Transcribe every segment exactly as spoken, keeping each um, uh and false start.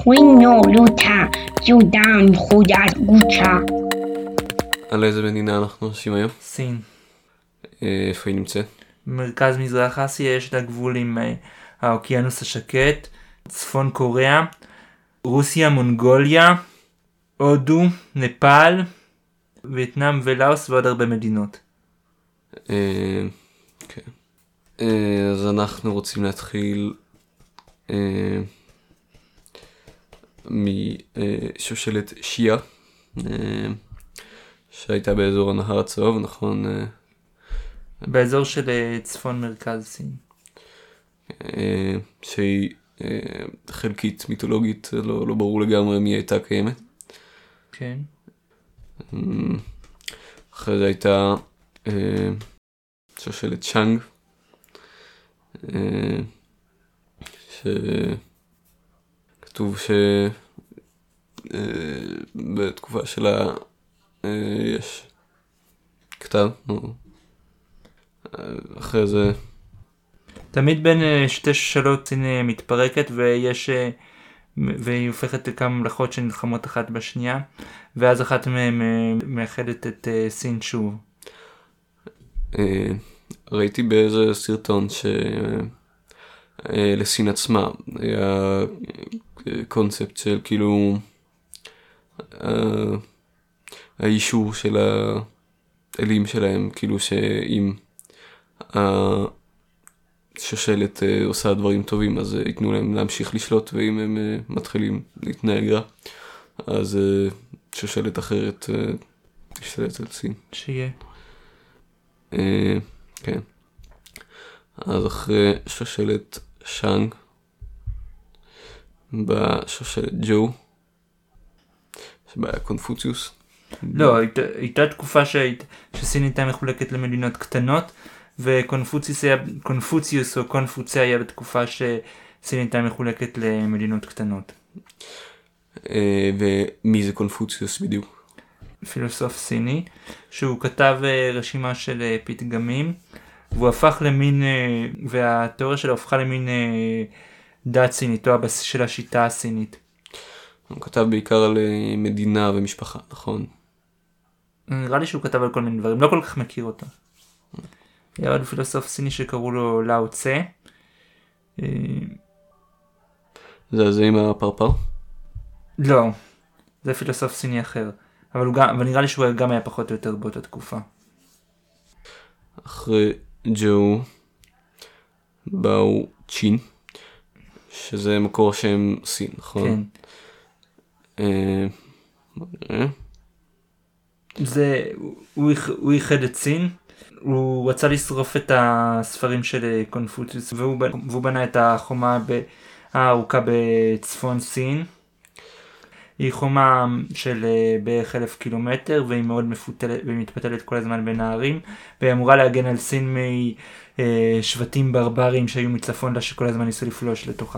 חווינו לוטה, יהודה חודת גוצ'ה. על איזה מדינה אנחנו עושים היום? סין. איפה היא נמצאת? במרכז מזרח אסיה יש לה גבול עם האוקיינוס השקט, צפון קוריאה, רוסיה, מונגוליה, הודו, נפאל, וייטנאם ולאוס ועוד הרבה מדינות. כן. אז אנחנו רוצים להתחיל משושלת שיעה, שהייתה באזור הנהר הצהוב, נכון? באזור של צפון מרכז סין. שהיא חלקית מיתולוגית, לא, לא ברור לגמרי מי הייתה קיימת. כן. אחרי זה הייתה שושלת צ'אנג, שכתוב שבתקופה שלה יש כתב. אחרי זה תמיד בין שתי שושלות סין מתפרקת, ויש והיא הופכת לכמה ממלכות שנלחמות אחת בשנייה, ואז אחת מהן מאחדת את סין שוב. ראיתי באיזה סרטון שלסין עצמה היה קונספט של כאילו האישור של האלים שלהם, כאילו שאם השושלת עושה דברים טובים אז ייתנו להם להמשיך לשלוט, ואם הם מתחילים להתנהג רע אז שושלת אחרת תשתלט על סין. שיהיה. כן. אז אחרי שושלת שאנג בשושלת ג'ו, שבה היה קונפוציוס. לא, הייתה תקופה שסין הייתה מחולקת למדינות קטנות, וקונפוציוס או קונפוציה היה בתקופה שסין הייתה מחולקת למדינות קטנות. ומי זה קונפוציוס בדיוק? פילוסוף סיני, שהוא כתב רשימה של פתגמים, והוא הפך למין, והתיאוריה שלו הפכה למין דת סינית, או הבסיס של השיטה הסינית. הוא כתב בעיקר על מדינה ומשפחה, נכון? נראה לי שהוא כתב על כל מיני דברים, לא כל כך מכיר אותו. היה עוד פילוסוף סיני שקראו לו לאו צה. זה זה עם הפרפר? לא, זה פילוסוף סיני אחר. אבל, הוא גם, אבל נראה לי שהוא גם היה פחות או יותר באותה תקופה. אחרי ג'ו באו צ'ין, שזה מקור שם סין, נכון? כן. אה, זה, הוא, הוא ייחד את סין, הוא רצה לשרוף את הספרים של קונפוציוס, והוא, והוא בנה את החומה הארוכה בצפון סין. היא חומה של בערך אלף קילומטר, והיא מאוד מפותלת ומתפתלת כל הזמן בין הערים, והיא אמורה להגן על סין משבטים ברברים שהיו מצפון לה, שכל הזמן ניסו לפלוש לתוכה.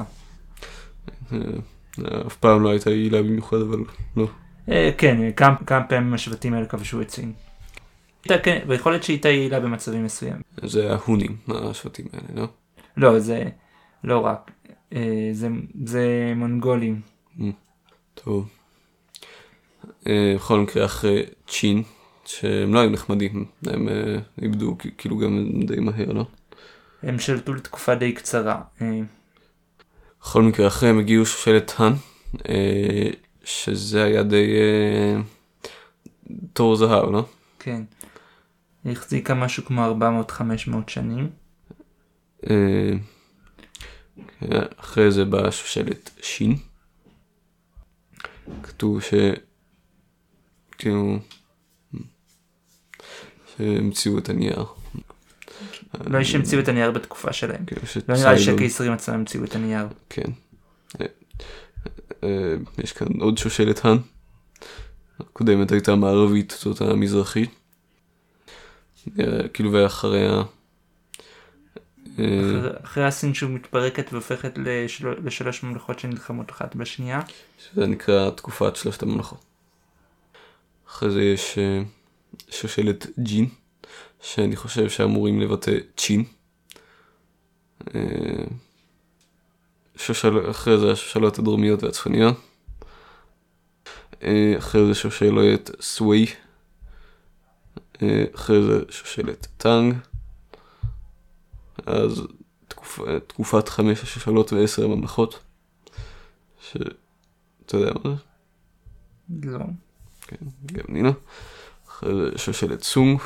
אף פעם לא הייתה יעילה במיוחד, אבל לא. כן, כמה פעמים השבטים האלה כבשו את סין. ויכול להיות שהיא הייתה יעילה במצבים מסוים. זה ההונים, השבטים האלה, לא? לא, זה לא רק. זה מונגולים. טוב. בכל מקרה אחרי צ'ין, שהם לא היו נחמדים, הם איבדו כאילו גם די מהר, לא? הם שלטו לתקופה די קצרה. בכל מקרה אחרי הם הגיעו שושלת האן, שזה היה די תור זהב, לא? כן. היא החזיקה משהו כמו ארבע מאות חמש מאות שנים. אחרי זה באה שושלת שין. כתוב ש... כאילו... שהמציאו את הנייר. לא יש שהמציאו את הנייר בתקופה שלהם. לא נראה לי שהקיסרים עצמם המציאו את הנייר. כן. יש כאן עוד שושלת האן. הקודמת הייתה מערבית, זאת המזרחית. כאילו ואחריה... אחרי הסין שהוא מתפרקת והופכת לשלוש ממלכות שנלחמות אחת בשנייה. שזה נקרא תקופת שלושת הממלכות. אחרי זה יש שושלת ג'ין, שאני חושב שאמורים לבטא צ'ין. שושל... אחרי זה השושלות הדרומיות והצפוניות. אחרי זה שושלת סווי. אחרי זה שושלת טאנג. אז תקופ... תקופת חמש השושלות ועשר הממלכות. שאתה יודע מה זה? לא. כן, גם נינה. אחרי זה שושלת סונג.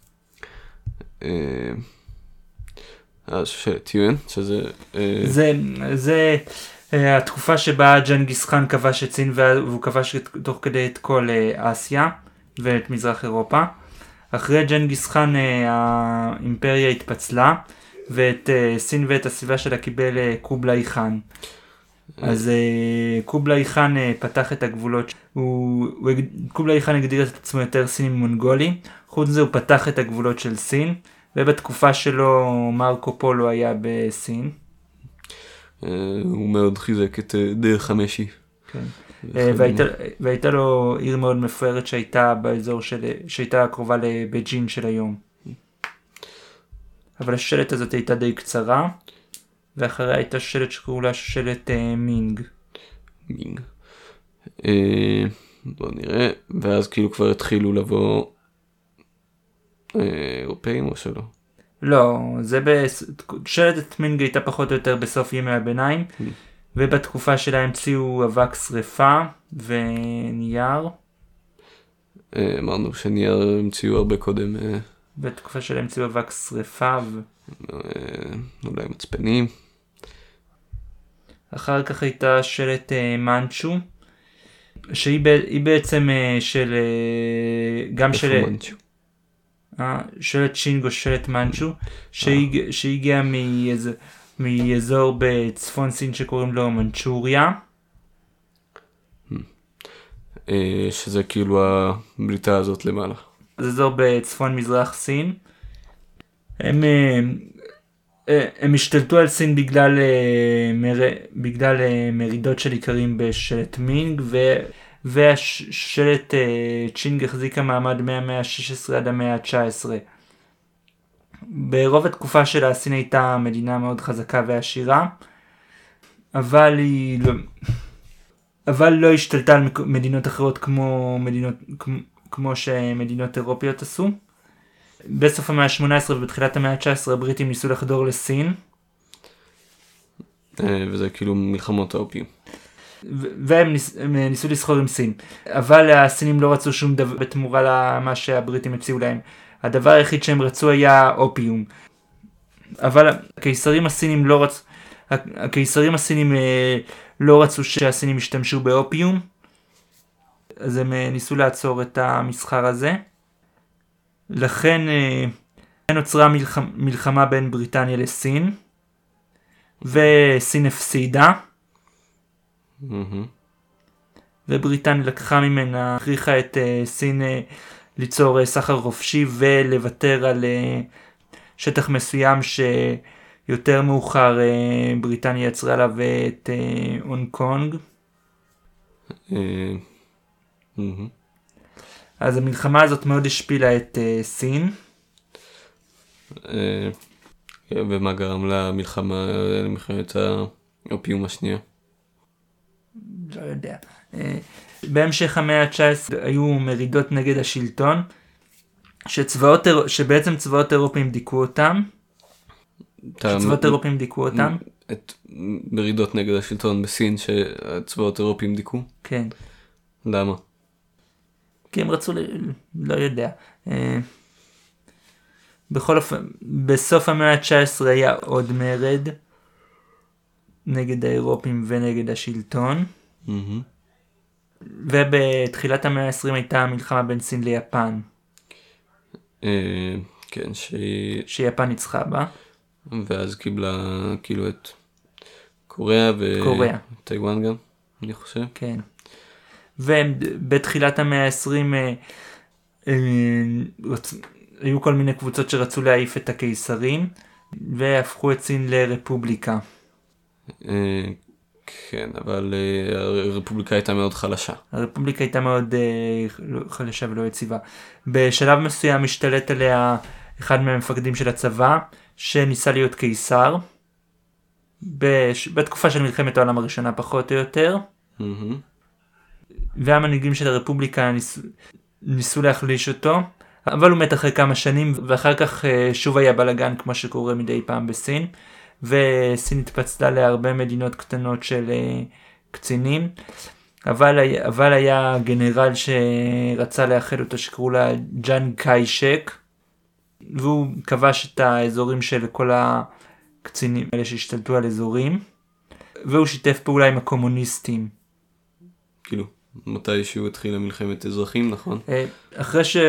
אז שושלת יואן, שזה... זה, זה התקופה שבה ג'נגיס חאן כבש את סין, והוא כבש תוך כדי את כל אסיה ואת מזרח אירופה. אחרי ג'נגיס חאן האימפריה התפצלה, ואת סין ואת הסביבה שלה קיבל קובלאי חאן. אז קובלאי חאן פתח את הגבולות, קובלאי חאן הגדיר את עצמו יותר סיני מונגולי, חוץ מזה הוא פתח את הגבולות של סין, ובתקופה שלו מרקו פולו היה בסין. הוא מאוד חיזק את דרך המשי. כן. והייתה לו עיר מאוד מפוארת שהייתה באזור של, שהייתה קרובה לבייג'ין של היום. אבל השושלת הזאת הייתה די קצרה, ואחריה הייתה שושלת שקראו לה שושלת מינג. מינג. בוא נראה, ואז כאילו כבר התחילו לבוא אירופאים או שלא? לא, זה שושלת מינג הייתה פחות או יותר בסוף ימי הביניים, ובתקופה שלה המציאו אבק שריפה ונייר. אמרנו שנייר המציאו הרבה קודם. בתקופה שלה המציאו אבק שריפה. אולי מצפנים. אחר כך הייתה שושלת מנצ'ו, שהיא בעצם של... גם של... מנצ'ו? שושלת צ'ינג או שושלת מנצ'ו, שהגיעה מאזור בצפון סין שקוראים לו מנצ'וריה. שזה כאילו הבליטה הזאת למעלה. זה אזור בצפון מזרח סין. הם, הם השתלטו על סין בגלל, בגלל מרידות של עיקרים בשושלת מינג, והשושלת צ'ינג החזיקה מעמד מהמאה ה-שש עשרה עד המאה ה-תשע עשרה. ברוב התקופה שלה סין הייתה מדינה מאוד חזקה ועשירה, אבל היא לא, אבל לא השתלטה על מדינות אחרות כמו, מדינות, כמו, כמו שמדינות אירופיות עשו. בסוף המאה ה-שמונה עשרה ובתחילת המאה ה-תשע עשרה הבריטים ניסו לחדור לסין. וזה כאילו מלחמות האופיום. והם ניס, ניסו לסחור עם סין. אבל הסינים לא רצו שום דבר בתמורה למה שהבריטים הציעו להם. הדבר היחיד שהם רצו היה אופיום. אבל הקיסרים הסינים לא רצו, הקיסרים הסינים לא רצו שהסינים ישתמשו באופיום. אז הם ניסו לעצור את המסחר הזה. לכן נוצרה מלחמה, מלחמה בין בריטניה לסין, וסין הפסידה, Mm-hmm. ובריטניה לקחה ממנה, הכריחה את סין ליצור סחר חופשי ולוותר על שטח מסוים שיותר מאוחר בריטניה יצרה לה את הונג קונג. Mm-hmm. אז המלחמה הזאת מאוד השפילה את uh, סין. Uh, ומה גרם למלחמה, למלחמת האופיום השנייה? לא יודע. Uh, בהמשך המאה ה-תשע עשרה היו מרידות נגד השלטון, שצבאות, שבעצם צבאות אירופיים דיכאו אותם. שצבאות אירופיים דיכאו אותם. את מרידות נגד השלטון בסין שצבאות אירופיים דיכאו? כן. למה? כי הם רצו, לא יודע. בכל אופן, בסוף המאה ה-תשע עשרה היה עוד מרד נגד האירופים ונגד השלטון. Mm-hmm. ובתחילת המאה ה-עשרים הייתה מלחמה בין סין ליפן. כן, שהיא... שיפן ניצחה בה. ואז קיבלה כאילו את קוריאה וטיואן גם, אני חושב. כן. ובתחילת המאה ה-עשרים היו כל מיני קבוצות שרצו להעיף את הקיסרים, והפכו את סין לרפובליקה. כן, אבל הרפובליקה הייתה מאוד חלשה. הרפובליקה הייתה מאוד חלשה ולא יציבה. בשלב מסוים השתלט עליה אחד מהמפקדים של הצבא, שניסה להיות קיסר. בש... בתקופה של מלחמת העולם הראשונה פחות או יותר, Mm-hmm. והמנהיגים של הרפובליקה ניס... ניסו להחליש אותו, אבל הוא מת אחרי כמה שנים, ואחר כך שוב היה בלגן כמו שקורה מדי פעם בסין, וסין התפצלה להרבה מדינות קטנות של קצינים, אבל, אבל היה גנרל שרצה לאחד אותו שקראו לה ג'אן קאי-שק, והוא כבש את האזורים של כל הקצינים האלה שהשתלטו על אזורים, והוא שיתף פעולה עם הקומוניסטים. כאילו, מתי שהוא התחיל למלחמת אזרחים, נכון? אחרי ש...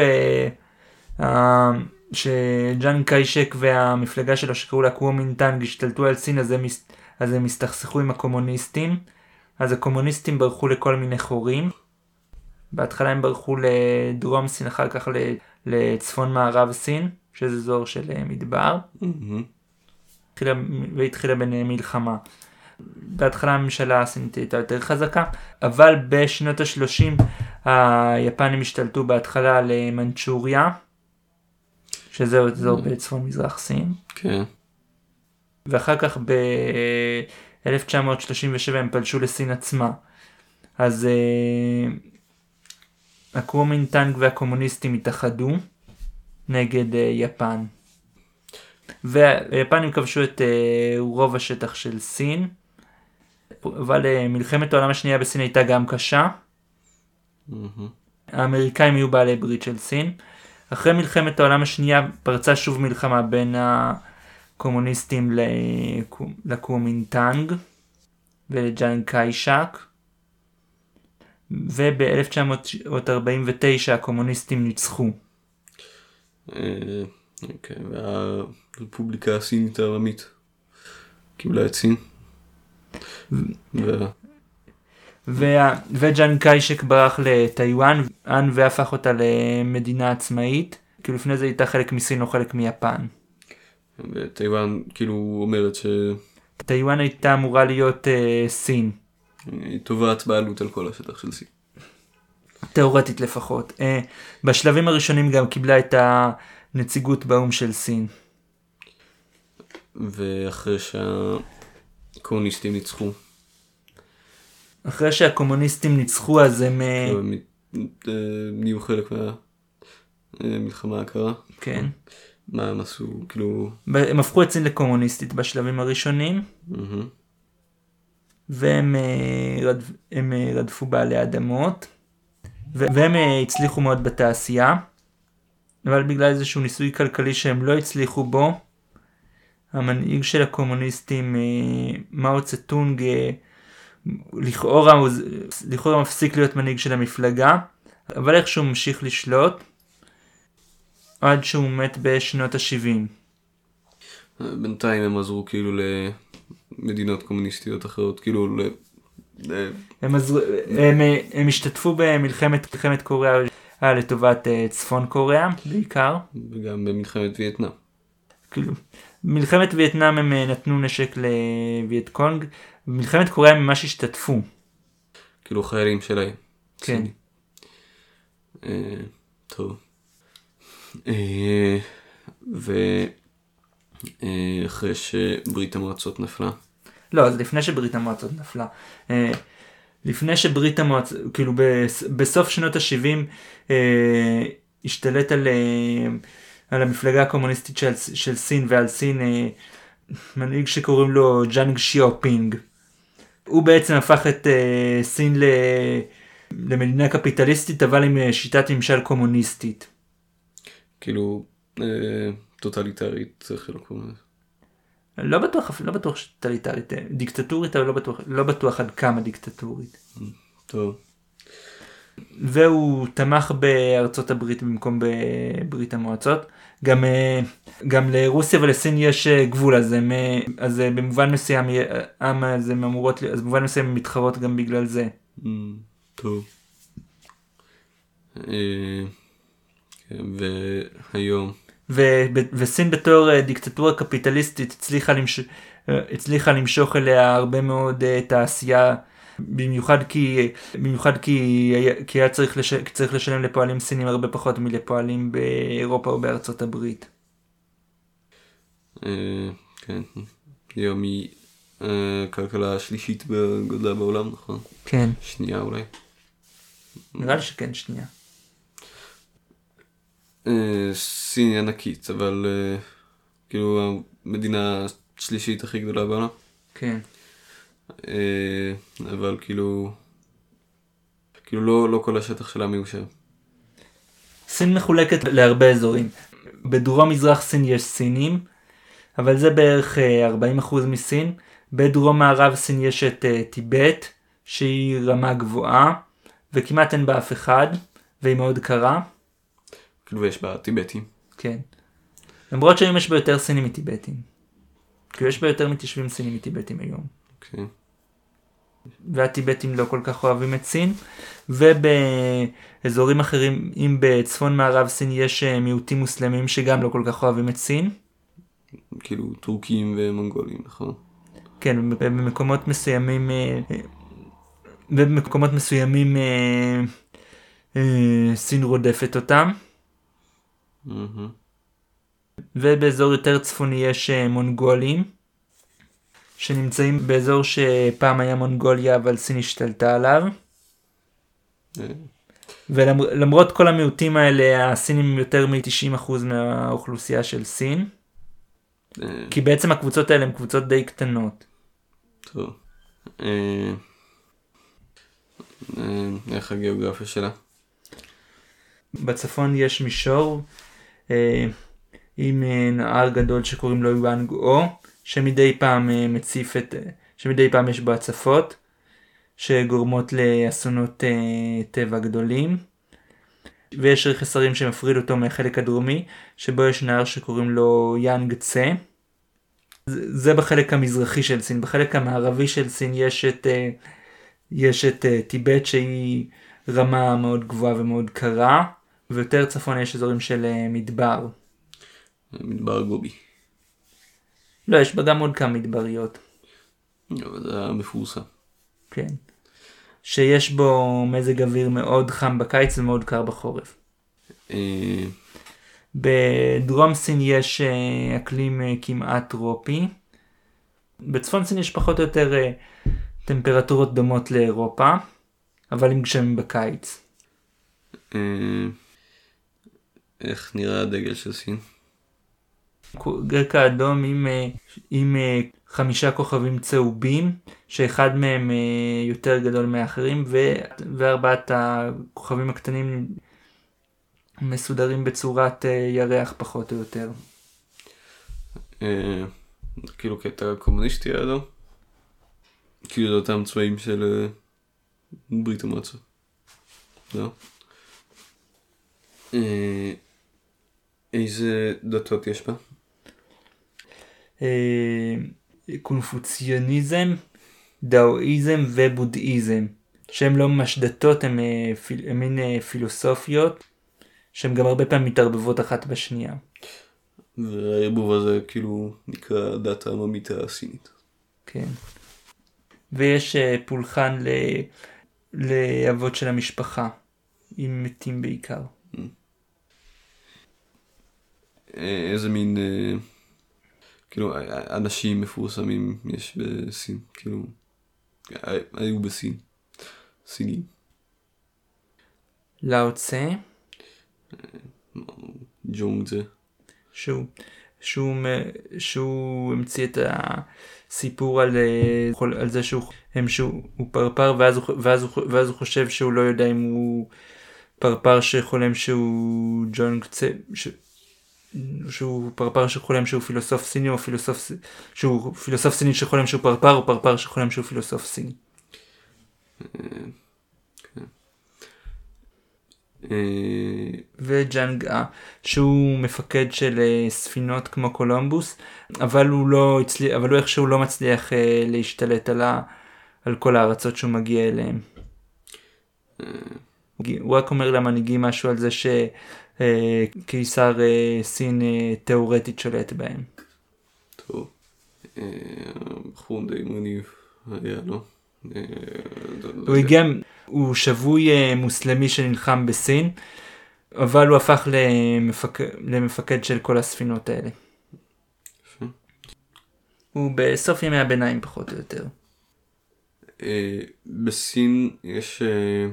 שג'אן קאי-שק והמפלגה שלו שקראו לה קוומינטנג השתלטו על סין, אז הם, אז הם הסתכסכו עם הקומוניסטים. אז הקומוניסטים ברחו לכל מיני חורים. בהתחלה הם ברחו לדרום סין, אחר כך לצפון מערב סין, שזה אזור של מדבר. Mm-hmm. והתחילה ביניהם מלחמה. בהתחלה הממשלה הסינית הייתה יותר חזקה, אבל בשנות ה-שלושים היפנים השתלטו בהתחלה למנצ'וריה, שזה אזור mm. בצפון מזרח סין. כן. Okay. ואחר כך ב-אלף תשע מאות שלושים ושבע הם פלשו לסין עצמה. אז uh, הקומינטנג והקומוניסטים התאחדו נגד uh, יפן. והיפנים כבשו את uh, רוב השטח של סין, אבל uh, מלחמת העולם השנייה בסין הייתה גם קשה. Mm-hmm. האמריקאים היו בעלי ברית של סין. אחרי מלחמת העולם השנייה פרצה שוב מלחמה בין הקומוניסטים לקומינטנג ולג'אן קאי-שק, וב-אלף תשע מאות ארבעים ותשע הקומוניסטים ניצחו. אוקיי, והרפובליקה הסינית העממית קיבלה את סין. וג'אן קאי-שק ברח לטיואן והפך אותה למדינה עצמאית, כאילו לפני זה הייתה חלק מסין או חלק מיפן. וטיואן כאילו אומרת ש... טיואן הייתה אמורה להיות uh, סין. היא תובעת בעלות על כל השטח של סין. תיאורטית לפחות. Uh, בשלבים הראשונים גם קיבלה את הנציגות באום של סין. ואחרי שהקומוניסטים ניצחו. אחרי שהקומוניסטים ניצחו אז הם... הם נהיו חלק מהמלחמה הקרה. כן. מה הם עשו, כאילו... הם הפכו את סין לקומוניסטית בשלבים הראשונים. והם הם רדפו בעלי אדמות. והם הצליחו מאוד בתעשייה. אבל בגלל איזשהו ניסוי כלכלי שהם לא הצליחו בו, המנהיג של הקומוניסטים, מאו צטונג, לכאורה, לכאורה מפסיק להיות מנהיג של המפלגה, אבל איכשהו ממשיך לשלוט, עד שהוא מת בשנות ה-שבעים. בינתיים הם עזרו כאילו למדינות קומוניסטיות אחרות, כאילו ל... הם, עזרו, הם, הם השתתפו במלחמת מלחמת קוריאה לטובת צפון קוריאה, בעיקר. וגם במלחמת וייטנאם. כאילו, במלחמת וייטנאם הם נתנו נשק לווייט קונג, במלחמת קוריאה הם ממש השתתפו. כאילו חיילים שלהם. כן. אה, טוב. ואחרי שברית המועצות נפלה. לא, אז לפני שברית המועצות נפלה. לפני שברית המועצות, כאילו בסוף שנות ה-שבעים השתלט על, על המפלגה הקומוניסטית של, של סין ועל סין מנהיג שקוראים לו ג'אנג שיאופינג. הוא בעצם הפך את סין למדינה קפיטליסטית אבל עם שיטת ממשל קומוניסטית. כאילו טוטליטרית צריך לקרוא לזה. לא בטוח, לא בטוח טוטליטרית, דיקטטורית, אבל לא בטוח, לא בטוח עד כמה דיקטטורית. טוב. והוא תמך בארצות הברית במקום בברית המועצות. גם, גם לרוסיה ולסין יש גבול, אז, הם, אז במובן מסוים, אז הם אמורות, אז במובן מסוים הם מתחרות גם בגלל זה. טוב. והיום. ו- וסין בתור דיקטטורה קפיטליסטית הצליחה, למש... הצליחה למשוך אליה הרבה מאוד תעשייה, במיוחד כי, במיוחד כי, כי היה צריך, לש... צריך לשלם לפועלים סינים הרבה פחות מלפועלים באירופה או בארצות הברית. כן, היום היא אה, כלכלה שלישית בגודלה בעולם, נכון? כן. שנייה אולי. נראה לי שכן, שנייה. אה, סין היא ענקית, אבל אה, כאילו המדינה השלישית הכי גדולה בעולם. כן. אה, אבל כאילו, כאילו לא, לא כל השטח שלה מיושב. סין מחולקת להרבה אזורים. בדרום מזרח סין יש סינים, אבל זה בערך ארבעים אחוז מסין. בדרום מערב סין יש את טיבט, שהיא רמה גבוהה, וכמעט אין בה אף אחד, והיא מאוד קרה. כאילו יש בה טיבטים. כן. למרות שהיום יש בה יותר סינים מטיבטים. כאילו יש בה יותר מתיישבים סינים מטיבטים היום. אוקיי. והטיבטים לא כל כך אוהבים את סין. ובאזורים אחרים, אם בצפון מערב סין יש מיעוטים מוסלמים שגם לא כל כך אוהבים את סין. כאילו טורקים ומונגולים, נכון? כן, במקומות מסוימים, במקומות מסוימים סין רודפת אותם. Mm-hmm. ובאזור יותר צפוני יש מונגולים, שנמצאים באזור שפעם היה מונגוליה, אבל סין השתלטה עליו. Yeah. ולמרות כל המיעוטים האלה, הסינים יותר מ-תשעים אחוז מהאוכלוסייה של סין. Yeah. כי בעצם הקבוצות האלה הן קבוצות די קטנות. טוב. אה... אה... איך הגיאוגרפיה שלה? בצפון יש מישור אה, עם אה, נהר גדול שקוראים לו יואנג או, שמדי פעם אה, מציף את, אה, שמדי פעם יש בו הצפות, שגורמות לאסונות אה, טבע גדולים. ויש רכס הרים שמפריד אותו מהחלק הדרומי, שבו יש נהר שקוראים לו יאנג צה. זה, זה בחלק המזרחי של סין. בחלק המערבי של סין יש את, אה, יש את אה, טיבט, שהיא רמה מאוד גבוהה ומאוד קרה. ויותר צפון יש אזורים של מדבר. מדבר גובי. לא, יש בה גם עוד כמה מדבריות. אבל זה המפורסם. כן. שיש בו מזג אוויר מאוד חם בקיץ ומאוד קר בחורף. אה... בדרום סין יש אקלים כמעט טרופי. בצפון סין יש פחות או יותר טמפרטורות דומות לאירופה, אבל עם גשמים בקיץ. אה... איך נראה הדגל של סין? רקע אדום עם, עם חמישה כוכבים צהובים, שאחד מהם יותר גדול מאחרים, ו, וארבעת הכוכבים הקטנים מסודרים בצורת ירח פחות או יותר. אה... כאילו קטע קומוניסטי האדום? כאילו זה אותם צבעים של ברית המועצות. לא? אה... איזה דתות יש בה? קונפוציוניזם, דאואיזם ובודהיזם, שהם לא ממש דתות, הם, הם מין פילוסופיות, שהן גם הרבה פעמים מתערבבות אחת בשנייה. והערבוב הזה כאילו נקרא דת העממית הסינית. כן. ויש פולחן ל... לאבות של המשפחה, עם מתים בעיקר. איזה מין, כאילו, אנשים מפורסמים יש בסין, כאילו, היו בסין, סינים. לאו צה. ג'ונג זה. שהוא, שהוא, שהוא המציא את הסיפור על, על זה שהוא, הם, שהוא הוא פרפר, ואז הוא, ואז, הוא, ואז הוא חושב שהוא לא יודע אם הוא פרפר שחולם שהוא ג'ונג צה, ש... שהוא פרפר שחולם שהוא פילוסוף סיני, או פילוסוף, שהוא פילוסוף סיני שחולם שהוא פרפר, או פרפר שחולם שהוא פילוסוף סיני. וג'אנג אה, שהוא מפקד של ספינות כמו קולומבוס, אבל הוא לא הצליח, אבל הוא איכשהו לא מצליח להשתלט על, ה, על כל הארצות שהוא מגיע אליהם. הוא רק אומר למנהיגים משהו על זה שקיסר סין תיאורטית שולט בהם. טוב. בחור די מגניב היה, לא? הוא הגיע, הוא שבוי מוסלמי שנלחם בסין, אבל הוא הפך למפק... למפקד של כל הספינות האלה. הוא בסוף ימי הביניים פחות או יותר. בסין יש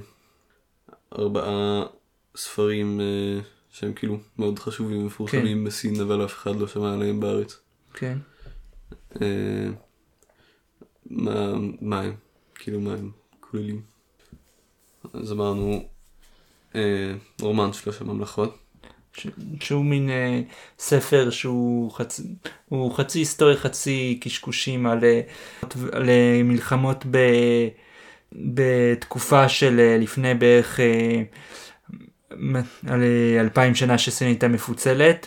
ארבעה ספרים שהם כאילו מאוד חשובים ומפורסמים בסין, אבל אף אחד לא שמע עליהם בארץ. כן. מה, מה הם? כאילו מה הם כוללים? אז אמרנו רומן שלוש הממלכות. שהוא מין אה, ספר שהוא חצי, הוא חצי היסטוריה, חצי קשקושים על, על מלחמות ב, בתקופה של לפני בערך אה, על אלפיים שנה שסין הייתה מפוצלת.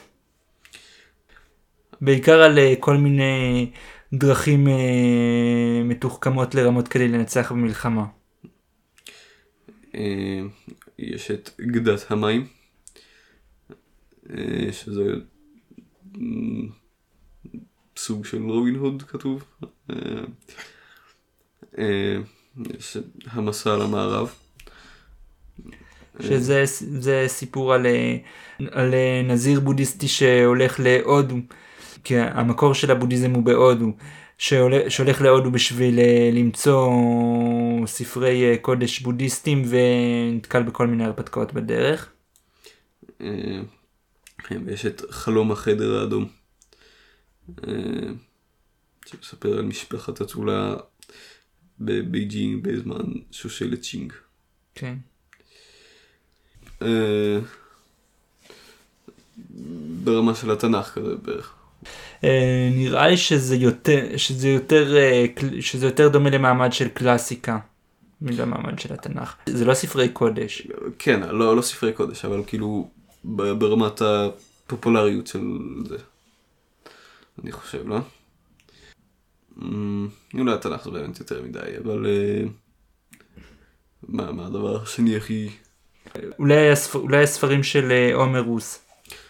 בעיקר על כל מיני דרכים אה, מתוחכמות לרמות כדי לנצח במלחמה. אה, יש את גדת המים. שזה סוג של רובין הוד כתוב. יש המסע למערב. שזה זה סיפור על, על נזיר בודהיסטי שהולך להודו, כי המקור של הבודהיזם הוא בהודו, שהולך, שהולך להודו בשביל למצוא ספרי קודש בודהיסטים ונתקל בכל מיני הרפתקאות בדרך. ויש את חלום החדר האדום, שמספר על משפחת אצולה בבייג'ינג בזמן שושלת צ'ינג. כן. ברמה של התנ"ך כזה בערך. נראה לי שזה יותר, שזה יותר, שזה יותר דומה למעמד של קלאסיקה, מלמעמד של התנ"ך. זה לא ספרי קודש. כן, לא, לא ספרי קודש, אבל כאילו ברמת הפופולריות של זה. אני חושב, לא? אולי התנ"ך זה באמת יותר מדי, אבל מה, מה הדבר השני הכי... אולי, הספר, אולי הספרים של עומר רוס.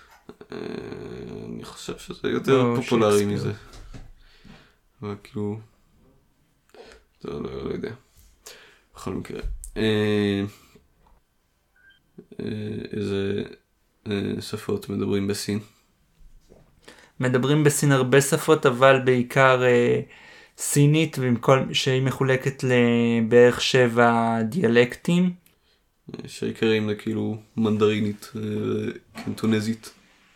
אני חושב שזה יותר פופולרי מזה. אבל כאילו... זה לא, לא יודע. בכל מקרה. איזה שפות מדברים בסין? מדברים בסין הרבה שפות, אבל בעיקר סינית, שהיא מחולקת לבערך שבע דיאלקטים. שהעיקרים זה כאילו מנדרינית, קנטונזית,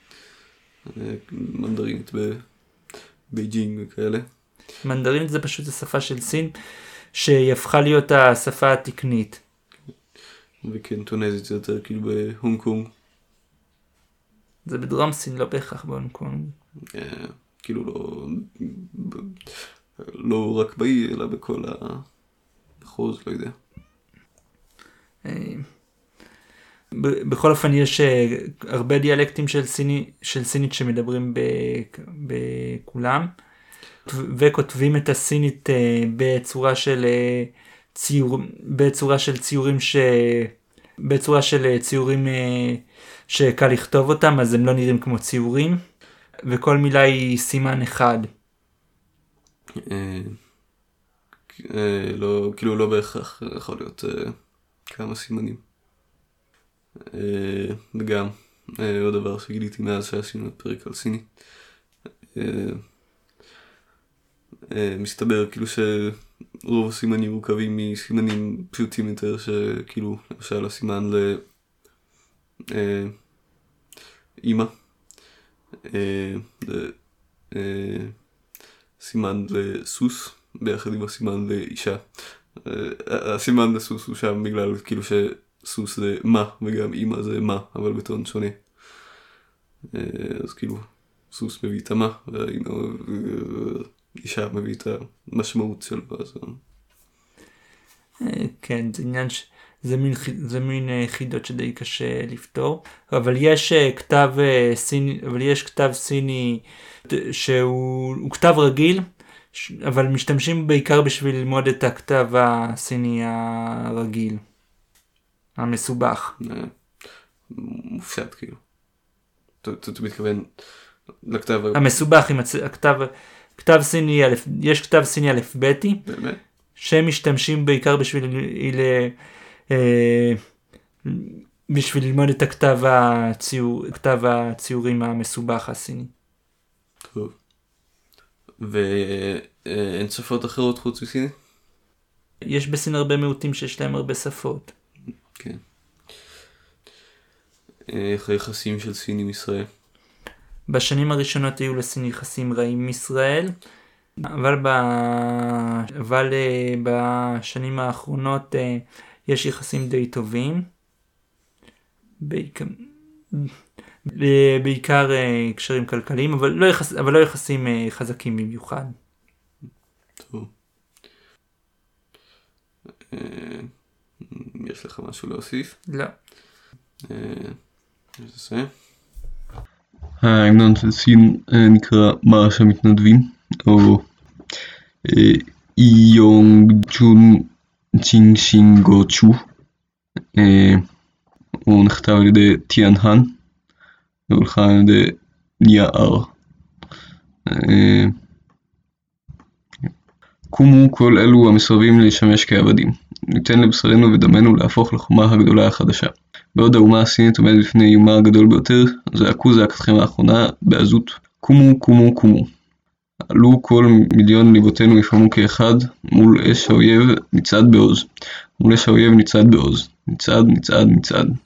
מנדרינית בבייג'ינג וכאלה. מנדרינית זה פשוט השפה של סין, שהיא הפכה להיות השפה התקנית. וקנטונזית זה יותר כאילו בהונג קונג. זה בדרום סין, לא בהכרח בהונג קונג. כאילו לא, לא רק באי, אלא בכל המחוז, לא יודע. בכל אופן יש הרבה דיאלקטים של, סיני, של סינית שמדברים בכולם, וכותבים את הסינית בצורה של ציור, בצורה של ציורים ש... בצורה של ציורים שקל לכתוב אותם, אז הם לא נראים כמו ציורים, וכל מילה היא סימן אחד. לא, כאילו לא בהכרח, יכול להיות כמה סימנים. וגם עוד דבר שגיליתי מאז שעשינו פרק על סינית, מסתבר כאילו שרוב הסימנים מורכבים מסימנים פשוטים יותר, שכאילו למשל הסימן לאמא, סימן לסוס ביחד עם הסימן לאישה. הסימן לסוס הוא שם בגלל כאילו שסוס זה מה וגם אמא זה מה, אבל בטון שונה. אז כאילו סוס מביא את המה והאישה מביא את המשמעות שלו. כן, זה עניין ש... זה מין, זה מין חידות שדי קשה לפתור, אבל יש כתב סיני, אבל יש כתב סיני שהוא כתב רגיל, אבל משתמשים בעיקר בשביל ללמוד את הכתב הסיני הרגיל, המסובך. מופשט כאילו. אתה מתכוון לכתב... המסובך עם הכתב, כתב סיני, יש כתב סיני אלף ביתי, באמת? שהם משתמשים בעיקר בשביל ל... בשביל ללמוד את הכתב הציור, כתב הציורים המסובך הסיני. טוב. ואין שפות אחרות חוץ מסינית? יש בסין הרבה מיעוטים שיש להם הרבה שפות. כן. איך היחסים של סין עם ישראל? בשנים הראשונות היו לסין יחסים רעים עם ישראל, אבל, ב... אבל בשנים האחרונות יש יחסים די טובים. בעיקר, בעיקר קשרים כלכליים, אבל לא, יחס... אבל לא יחסים חזקים במיוחד. טוב. יש לך משהו להוסיף? לא. זה ההמנון של סין נקרא מרש המתנדבים, או איונג ג'ון ג'ינג שינגו צ'ו. הוא נכתב על ידי טיאנהן והולחן על ידי ניאר. קומו כל אלו המסרבים לשמש כעבדים, ניתן לבשרנו ודמנו להפוך לחומה הגדולה החדשה. בעוד האומה הסינית עומדת בפני איומה הגדול ביותר, זעקו זעקתכם האחרונה בעזות, קומו קומו קומו. עלו כל מיליון ליבותינו יפעמו כאחד, מול אש האויב ניצד בעוז, מול אש האויב ניצד בעוז, ניצד ניצד ניצד.